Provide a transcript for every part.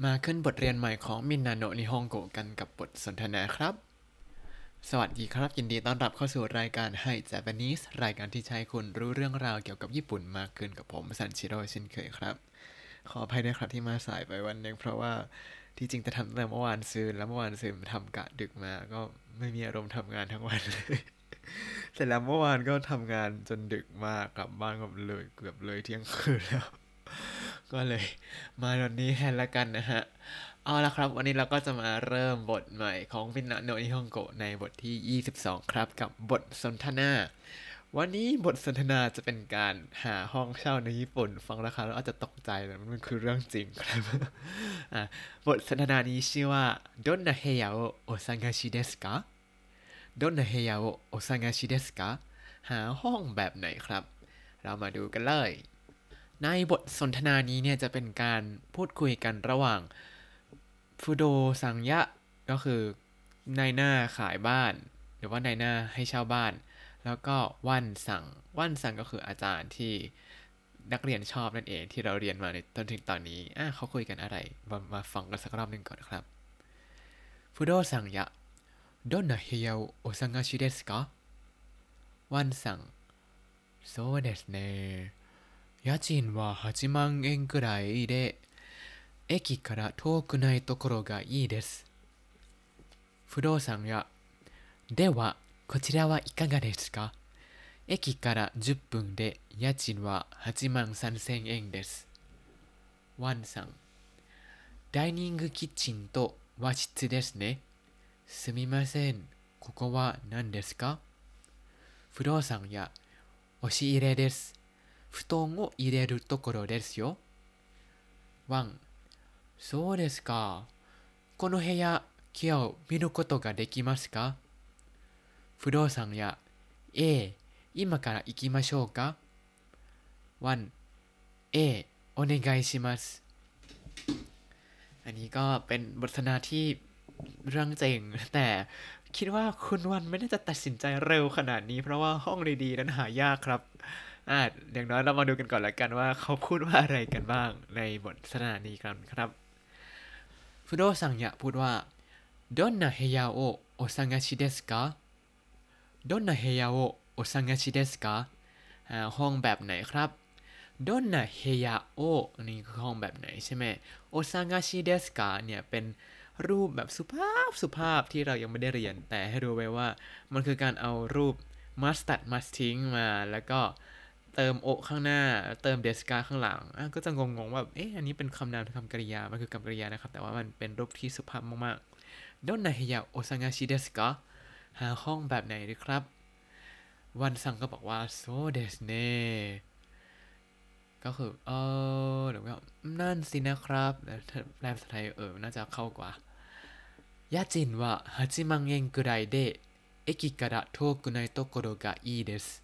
มาขึ้นบทเรียนใหม่ของมินนาโนะนิฮงโกะกันกับบทสนทนาครับสวัสดีครับยินดีต้อนรับเข้าสู่รายการไฮ Japanese รายการที่ใช้คุณรู้เรื่องราวเกี่ยวกับญี่ปุ่นมากขึ้นกับผมซันชิโร่เช่นเคยครับขออภัยด้วยครับที่มาสายไปวันนึงเพราะว่าที่จริงจะทำตั้งแต่เมื่อวานซืนแล้วเมื่อวานซืนทำกะดึกมาก็ไม่มีอารมณ์ทำงานทั้งวันเลยเสร็จแล้วเมื่อวานก็ทำงานจนดึกมากกลับบ้านก็เลยเกือบเลยเที่ยงคืนแล้วก็เลยมาวันนี้แทนละกันนะฮะ เอาละครับวันนี้เราก็จะมาเริ่มบทใหม่ของมินาโนะนิฮงโกะในบทที่22ครับกับบทสนทนาวันนี้บทสนทนาจะเป็นการหาห้องเช่าในญี่ปุ่นฟังราคาแล้วอาจจะตกใจแต่มันคือเรื่องจริงครับบทสนทนานี้ชื่อว่าどんな部屋をお探しですかどんな部屋をお探しですかหาห้องแบบไหนครับเรามาดูกันเลยในบทสนทนานี้เนี่ยจะเป็นการพูดคุยกันระหว่าง ฟูโดซังยะก็คือนายหน้าขายบ้านหรือว่านายหน้าให้เช่าบ้านแล้วก็วันซังก็คืออาจารย์ที่นักเรียนชอบนั่นเองที่เราเรียนมาในจนถึงตอนนี้เขาคุยกันอะไรมาฟังกันสักรอบหนึ่งก่อนครับฟูโดซังยะどんな部屋をお探しですかวันซังそうですね家賃は8万円くらいで駅から遠くないところがいいです不動産屋ではこちらはいかがですか駅から10分で家賃は8万3000円です。ワンさん、ダイニングキッチンと和室ですね。すみません。ここは何ですか不動産屋、押し入れです。布団を入れるところですよ。ワン、そうですか。この部屋、今日見ることができますか不動産屋、ええ、今から行きましょうかワン、เอお願いしますอันนี้ก็เป็นบทสนทนาที่เรื่องจริงแต่คิดว่าคุณวันไม่น่าจะตัดสินใจเร็วขนาดนี้เพราะว่าห้องดีๆนั้นหายากครับอย่างน้อยเรามาดูกันก่อนละกันว่าเขาพูดว่าอะไรกันบ้างในบทสนทนานี้กันครับฟูโดซังยะพูดว่าどんな部屋をお探しですかどんな部屋をお探しですかห้องแบบไหนครับดอนนะเฮียโออันนี้คือห้องแบบไหนใช่ไหมโอซางาชิเดสกาเนี่ยเป็นรูปแบบสุภาพที่เรายังไม่ได้เรียนแต่ให้รู้ไว้ว่ามันคือการเอารูปมัสตัดมัสทิ้งมาแล้วก็เติมโอข้างหน้าเติมเดสกาข้างหลังก็จะงงๆว่าอันนี้เป็นคำนามหรือคำกริยามันคือกรรมกริยานะครับแต่ว่ามันเป็นรูปที่สุภาพมากๆดอนนะเฮียโอซางาชิเดสกาหาห้องแบบไหนดีครับวันซังก็บอกว่าโซเดสเน่ก็คือหรือว่านั่นสินะครับแปลภาษาไทยน่าจะเข้ากว่า家賃は8万円くらいで駅から遠くないところがいいです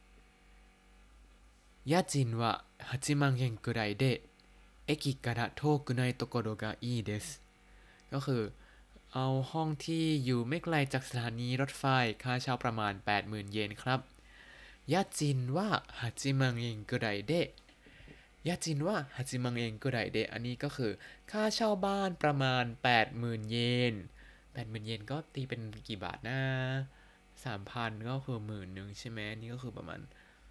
家賃は8万円くらいで駅から遠くないところがいいですก็คือเอาห้องที่อยู่ไม่ไกลจากสถานีรถไฟค่าเช่าประมาณ 80,000 เยนครับ家賃は8万円くらいでยาจินว่า8万円くらいでอันนี้ก็คือค่าเช่าบ้านประมาณ 80,000 เยน 80,000 เยนก็ตีเป็นกี่บาทนะ 3,000 ก็คือ10,000ใช่ไหมนี่ก็คือประมาณ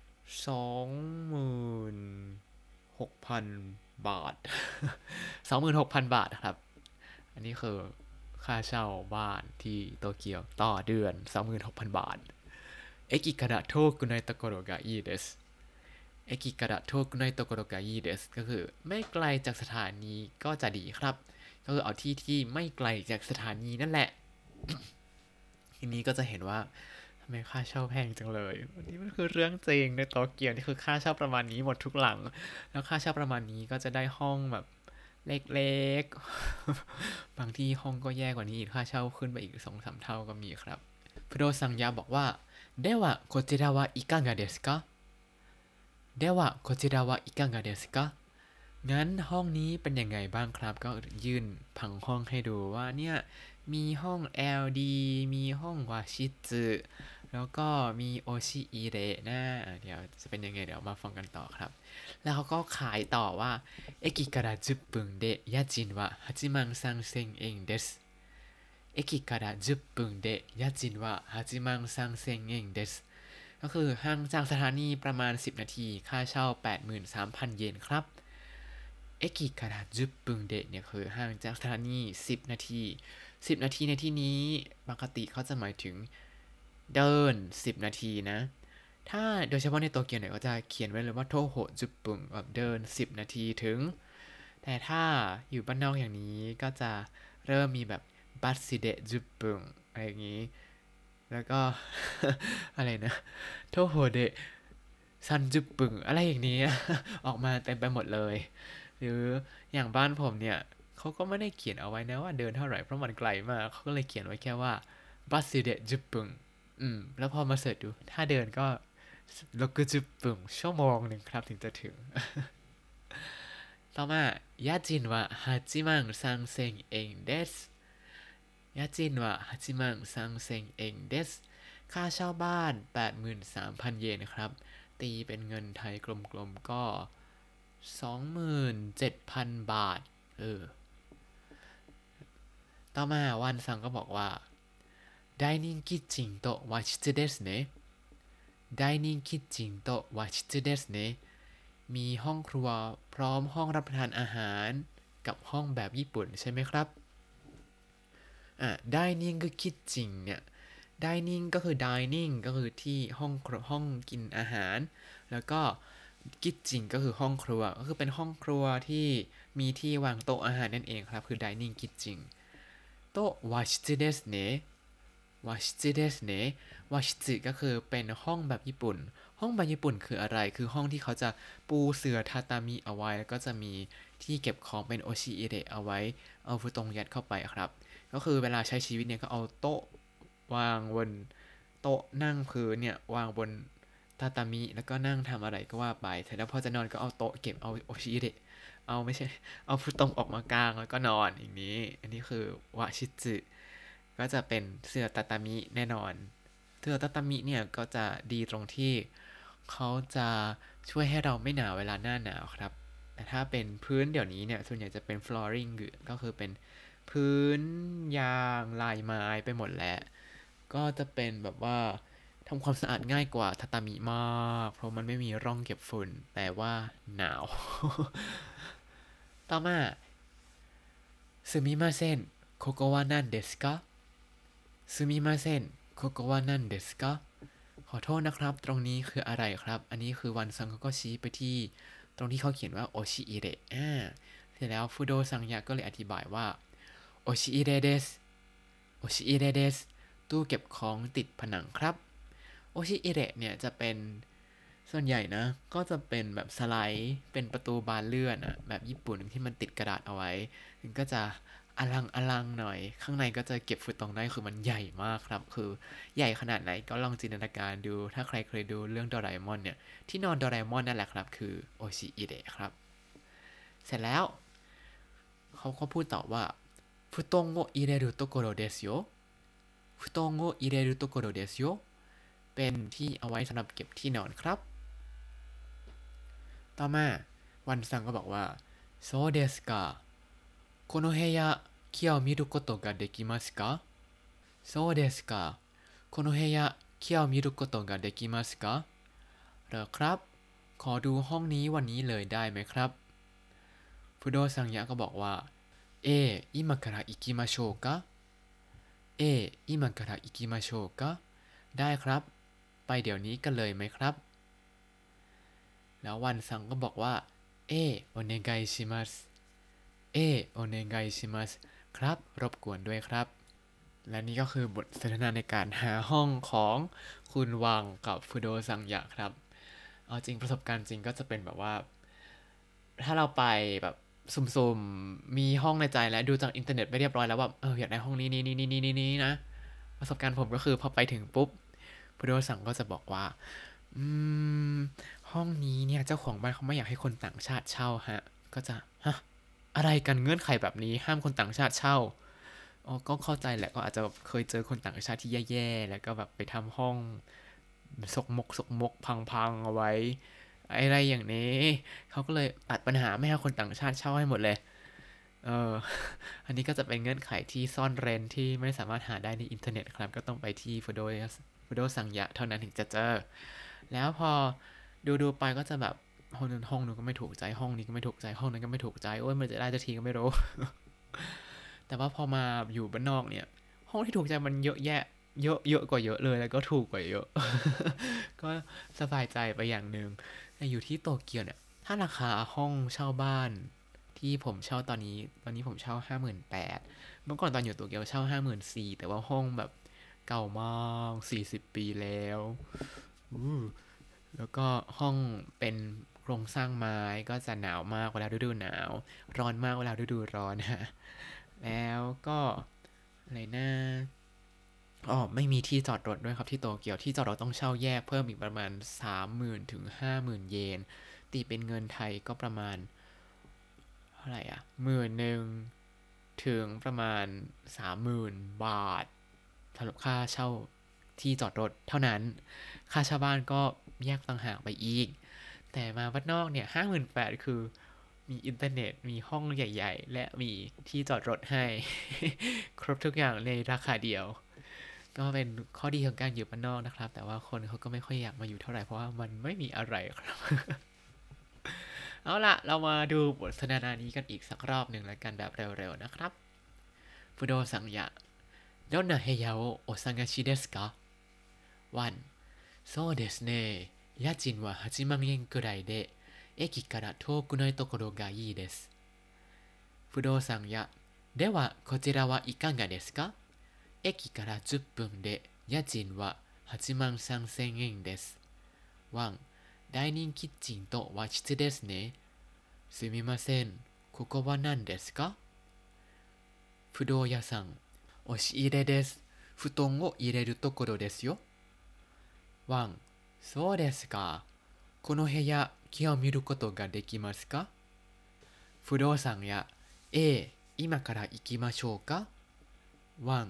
26,000 บาท 26,000 บาทครับอันนี้คือค่าเช่าบ้านที่โตเกียวต่อเดือน 26,000 บาทเอกิคาระโทกุไนโตโกโรกะอิเดส เอกิการะโทกุไนโตโกโรกายิเดสก็คือไม่ไกลจากสถานีก็จะดีครับก็คือเอาที่ที่ไม่ไกลจากสถานีนั่นแหละทีนี้ก็จะเห็นว่าทำไมค่าเช่าแพงจังเลยวันนี้มันคือเรื่องจริงในโตเกียวนี่คือค่าเช่าประมาณนี้หมดทุกหลังแล้วค่าเช่าประมาณนี้ก็จะได้ห้องแบบเล็กๆบางที่ห้องก็แย่กว่านี้อีกค่าเช่าขึ้นไปอีก2-3เท่าก็มีครับพุโดซังยาบอกว่าเดวะโคจิระวะอิกังกะเดสกะではこちらはいかがですかงั้นห้องนี้เป็นยังไงบ้างครับก็ยื่นผังห้องให้ดูว่าเนี่ยมีห้อง LD มีห้องวาชิสึแล้วก็มีโอชิอิเระนะเดี๋ยวจะเป็นยังไงเดี๋ยวมาฟังกันต่อครับแล้วเขาก็ขายต่อว่าเอกิการะ10分で家賃は8万3000円ですเอกิการะ10分で家賃は8万3000円ですก็คือห่างจากสถานีประมาณ10นาทีค่าเช่า 83,000 เยนครับเอกิการะ10分でเนี่ยคือห่างจากสถานี10นาที10นาทีในที่นี้ปกติเขาจะหมายถึงเดิน10นาทีนะถ้าโดยเฉพาะในโตเกียวเนี่ยก็จะเขียนไว้เลยว่าโทโหจุปุงแบบเดิน10นาทีถึงแต่ถ้าอยู่บ้านนอกอย่างนี้ก็จะเริ่มมีแบบบัสซิเดะจุปุงอะไรอย่างนี้แล้วก็ อะไรนะโทโหเดะซันจุปุงอะไรอย่างนี้ ออกมาเต็มไปหมดเลยหรืออย่างบ้านผมเนี่ยเขาก็ไม่ได้เขียนเอาไว้นะว่าเดินเท่าไหร่เพราะมันไกลมากเขาก็เลยเขียนไว้แค่ว่าบัสซิเดะจุปุงแล้วพอมาเสิร์ชดูถ้าเดินก็60分ชั่วโมงหนึ่งครับถึงจะถึง ต่อมา家賃は8万3000円です家賃は8万3000円ですค่าเช่าบ้าน 83,000 เยนครับตีเป็นเงินไทยกลมๆก็ 27,000 บาทต่อมาวันซังก็บอกว่าダイニングキッチンと和室ですねダイニングキッチンと和室ですねมีห้องครัวพร้อมห้องรับประทานอาหารกับห้องแบบญี่ปุ่นใช่ไหมครับdining คือ kitchen เนี่ย dining ก็คือ dining ก็คือที่ห้องกินอาหารแล้วก็ kitchen ก็คือห้องครัวก็คือเป็นห้องครัวที่มีที่วางโต๊ะอาหารนั่นเองครับคือ dining kitchen โต๊ะ和室ですね和室ですね和室ก็คือเป็นห้องแบบญี่ปุ่นห้องแบบญี่ปุ่นคืออะไรคือห้องที่เขาจะปูเสื่อทาตามิเอาไว้แล้วก็จะมีที่เก็บของเป็นโอชิอิเระเอาไว้เอาฟุตงยัดเข้าไปครับก็คือเวลาใช้ชีวิตเนี่ยก็เอาโต๊ะวางบนโต๊ะนั่งพื้นเนี่ยวางบนทาตามิแล้วก็นั่งทำอะไรก็ว่าไปเสร็จแล้วพอจะนอนก็เอาโต๊ะเก็บเอาโอชิอิเระเอาไม่ใช่เอาฟุตงออกมากางแล้วก็นอนอย่างนี้อันนี้คือวาชิจึก็จะเป็นเสื่อทาตามิแน่นอนเสื่อทาตามิเนี่ยก็จะดีตรงที่เขาจะช่วยให้เราไม่หนาวเวลาหน้าหนาวครับแต่ถ้าเป็นพื้นเดี๋ยวนี้เนี่ยส่วนใหญ่จะเป็น flooring ก็คือเป็นพื้นยางลายไม้ไปหมดแล้วก็จะเป็นแบบว่าทำความสะอาดง่ายกว่าทาตามิมากเพราะมันไม่มีร่องเก็บฝุ่นแต่ว่าหนาว ต่อมาすみませんここは何ですかすみませんここは何ですかขอโทษนะครับตรงนี้คืออะไรครับอันนี้คือวันซังก็ชี้ไปที่ตรงที่เขาเขียนว่าโอชิอิเระเสร็จแล้วฟูโดซังยะก็เลยอธิบายว่าโอชิอิเระเดสโอชิอิเระเดสตู้เก็บของติดผนังครับโอชิอิเระเนี่ยจะเป็นส่วนใหญ่นะก็จะเป็นแบบสไลด์เป็นประตูบานเลื่อนแบบญี่ปุ่นที่มันติดกระดาษเอาไว้มันก็จะอลังหน่อยข้างในก็จะเก็บฟุตตรงได้คือมันใหญ่มากครับคือใหญ่ขนาดไหนก็ลองจินตนาการดูถ้าใครเคยดูเรื่องโดราเอมอนเนี่ยที่นอนโดราเอมอนนั่นแหละครับคือโอชิอิเระครับเสร็จแล้วเขาก็พูดต่อว่าฟุตงโออิเรรุโตโกโรเดสโยฟุตงโออิเรรุโตโกโรเดสโยเป็นที่เอาไว้สำหรับเก็บที่นอนครับต่อมาวันซังก็บอกว่าโซเดสกาこの部屋木を見ることができますかそうですかこの部屋木を見ることができますかเหรอครับขอดูห้องนี้วันนี้เลยได้ไหมครับฟูโดซังยะก็บอกว่า今から行きましょうか今から行きましょうかได้ครับไปเดี๋ยวนี้กันเลยไหมครับแล้ววันซังก็บอกว่าโอเนไกชิมัสโอเนไกชิมัสครับรบกวนด้วยครับและนี่ก็คือบทสนทนาในการหาห้องของคุณวังกับฟูโดซังยะครับเอาจริงประสบการณ์จริงก็จะเป็นแบบว่าถ้าเราไปแบบสุ่มๆมีห้องในใจแล้วดูจากอินเทอร์เน็ตไปเรียบร้อยแล้วว่าอยากได้ห้องนี้นะประสบการณ์ผมก็คือพอไปถึงปุ๊บฟูโดซังก็จะบอกว่าห้องนี้เนี่ยเจ้าของบ้านเขาไม่อยากให้คนต่างชาติเช่าฮะก็จะอะไรกันเงื่อนไขแบบนี้ห้ามคนต่างชาติเช่าอ๋อก็เข้าใจแหละก็อาจจะแบบเคยเจอคนต่างชาติที่แย่ๆแล้วก็แบบไปทำห้องสกมกพังๆเอาไว้อะไรอย่างนี้เขาก็เลยตัดปัญหาไม่ให้คนต่างชาติเช่าให้หมดเลยเอออันนี้ก็จะเป็นเงื่อนไขที่ซ่อนเร้นที่ไม่สามารถหาได้ในอินเทอร์เน็ตครับก็ต้องไปที่ฟูโดสังยะเท่านั้นถึงจะเจอแล้วพอดูไปก็จะแบบห้องนู้นก็ไม่ถูกใจห้องนี้ก็ไม่ถูกใจห้องนั้นก็ไม่ถูกใจโอ้ยมันจะได้จะทีก็ไม่รู้ แต่ว่าพอมาอยู่บ้านนอกเนี่ยห้องที่ถูกใจมันเยอะแยะเยอะกว่าเยอะเลยแล้วก็ถูกกว่าเยอะก็สบายใจไปอย่างหนึ่งแต่อยู่ที่โตเกียวเนี่ยถ้าราคาห้องเช่าบ้านที่ผมเช่าตอนนี้ผมเช่า58,000เมื่อก่อนตอนอยู่โตเกียวเช่า54,000แต่ว่าห้องแบบเก่ามาก40 ปีแล้วแล้วก็ห้องเป็นโครงสร้างไม้ก็จะหนาวมากเวลาฤดูหนาวร้อนมากเวลาฤดูร้อนฮะ แล้วก็อะไรนะอ๋อไม่มีที่จอดรถด้วยครับที่โตเกียวที่จอดรถต้องเช่าแยกเพิ่มอีกประมาณ30,000ถึง50,000เยนตีเป็นเงินไทยก็ประมาณเท่าไหร่อ่ะ11,000ถึงประมาณ30,000 บาทสำหรับค่าเช่าที่จอดรถเท่านั้นค่าเช่าบ้านก็แยกต่างหากไปอีกแต่มาบ้านนอกเนี่ย58,000คือ มีอินเทอร์เน็ตมีห้องใหญ่ๆและมีที่จอดรถให้ครบทุกอย่างในราคาเดียวก็เป็นข้อดีของการอยู่บ้านนอกนะครับแต่ว่าคนเขาก็ไม่ค่อยอยากมาอยู่เท่าไหร่เพราะว่ามันไม่มีอะไรครับเอาล่ะเรามาดูบทสนทนานี้กันอีกสักรอบหนึ่งแล้วกันแบบเร็วๆนะครับฟูโดซังยะどんな部屋をお探しですか 1. そうですね。家賃は8万円くらいで、駅から遠くないところがいいです。不動産屋。では、こちらはいかがですか？駅から10分で、家賃は8万3千円です。1. ダイニングキッチンと和室ですね。すみません。ここは何ですか？不動屋さん。押し入れです。布団を入れるところですよ。1. そうですか。この部屋、木を見ることができますか？不動産屋 A 今から行きましょうか？ 1.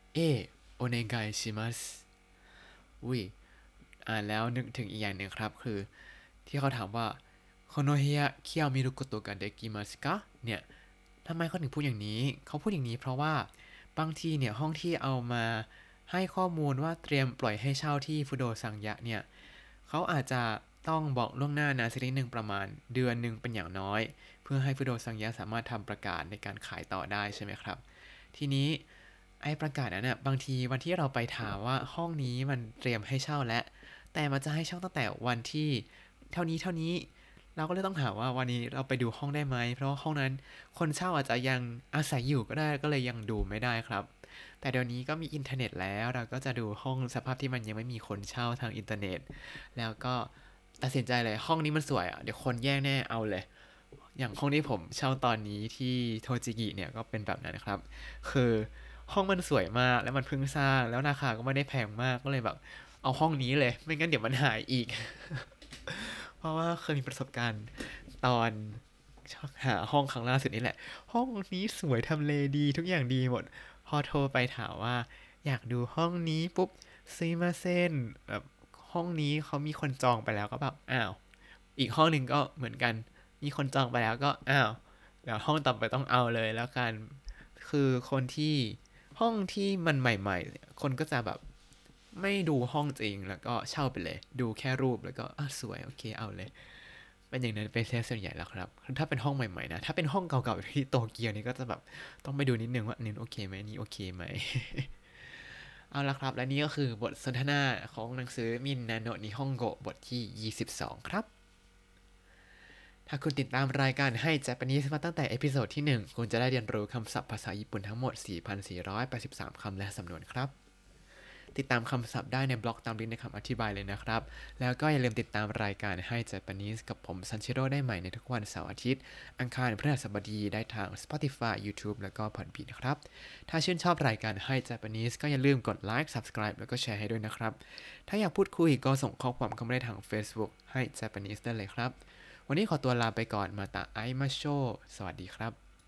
A お願いしますอุ้ยอ่านแล้วนึกถึงอีกอย่างหนึ่งครับคือที่เขาถามว่าโคโนเฮยะเคียวมิรุโกโตะกะเดกิมัสกะเนี่ยทำไมเขาถึงพูดอย่างนี้เขาพูดอย่างนี้เพราะว่าบางทีเนี่ยห้องที่เอามาให้ข้อมูลว่าเตรียมปล่อยให้เช่าที่ฟุโดซังยะเนี่ยเขาอาจจะต้องบอกล่วงหน้านะสักนิดหนึ่งประมาณเดือนหนึ่งเป็นอย่างน้อยเพื่อให้ฟุโดซังยะสามารถทำประกาศในการขายต่อได้ใช่ไหมครับทีนี้ไอ้ประกาศนั้นน่ะบางทีวันที่เราไปถามว่าห้องนี้มันเตรียมให้เช่าแล้วแต่มันจะให้เช่าตั้งแต่วันที่เท่านี้เท่านี้เราก็เลยต้องถามว่าวันนี้เราไปดูห้องได้ไหมเพราะว่าห้องนั้นคนเช่าอาจจะยังอาศัยอยู่ก็ได้ก็เลยยังดูไม่ได้ครับแต่เดี๋ยวนี้ก็มีอินเทอร์เน็ตแล้วเราก็จะดูห้องสภาพที่มันยังไม่มีคนเช่าทางอินเทอร์เน็ตแล้วก็ตัดสินใจเลยห้องนี้มันสวยอ่ะเดี๋ยวคนแย่งแน่เอาเลยอย่างห้องที่ผมเช่าตอนนี้ที่โทจิกิเนี่ยก็เป็นแบบนั้นนะครับคือห้องมันสวยมากแล้วมันเพิ่งสร้างแล้วราคาก็ไม่ได้แพงมากก็เลยแบบเอาห้องนี้เลยไม่งั้นเดี๋ยวมันหายอีก เพราะว่าเคยมีประสบการณ์ตอนหาห้องครั้งล่าสุดนี่แหละห้องนี้สวยทำเลดีทุกอย่างดีหมดพอโทรไปถามว่าอยากดูห้องนี้ปุ๊บซื้อมาเส้นแบบห้องนี้เขามีคนจองไปแล้วก็แบบอ้าวอีกห้องหนึ่งก็เหมือนกันมีคนจองไปแล้วก็อ้าวเดี๋ยวห้องต่อไปต้องเอาเลยแล้วกันคือคนที่ห้องที่มันใหม่ๆคนก็จะแบบ ไม่ดูห้องจริงแล้วก็เช่าไปเลยดูแค่รูปแล้วก็สวยโอเคเอาเลยเป็นอย่างนั้นเป็นเซสส่วนใหญ่แล้วครับถ้าเป็นห้องใหม่ๆนะถ้าเป็นห้องเก่าๆที่โตเกียวนี่ก็จะแบบต้องไปดูนิดนึงว่าอันนี้โอเคไหมนี่โอเคไหมเอาละครับและนี่ก็คือบทสนทนาของหนังสือมินนาโนะนิฮงโกะบทที่22ครับถ้าคุณติดตามรายการให้ Japanese มาตั้งแต่เอพิโซดที่1คุณจะได้เรียนรู้คำศัพท์ภาษาญี่ปุ่นทั้งหมด 4,483 คำและสำนวนครับ ติดตามคำศัพท์ได้ในบล็อกตามลิงก์ในคำอธิบายเลยนะครับ แล้วก็อย่าลืมติดตามรายการให้ Japanese กับผมซันชิโร่ได้ใหม่ในทุกวันเสาร์อาทิตย์อังคารพฤหัสบดีได้ทาง Spotify YouTube แล้วก็ Podbean นะครับ ถ้าชื่นชอบรายการให้ Japanese ก็อย่าลืมกดไลค์ Subscribe แล้วก็แชร์ให้ด้วยนะครับ ถ้าอยากพูดคุยก็ส่งข้อความเข้ามาได้ทาง Facebook ให้ Japanese ได้เลยครับ วันนี้ขอตัวลาไปก่อนมาตาไอมาโชสวัสดีครับ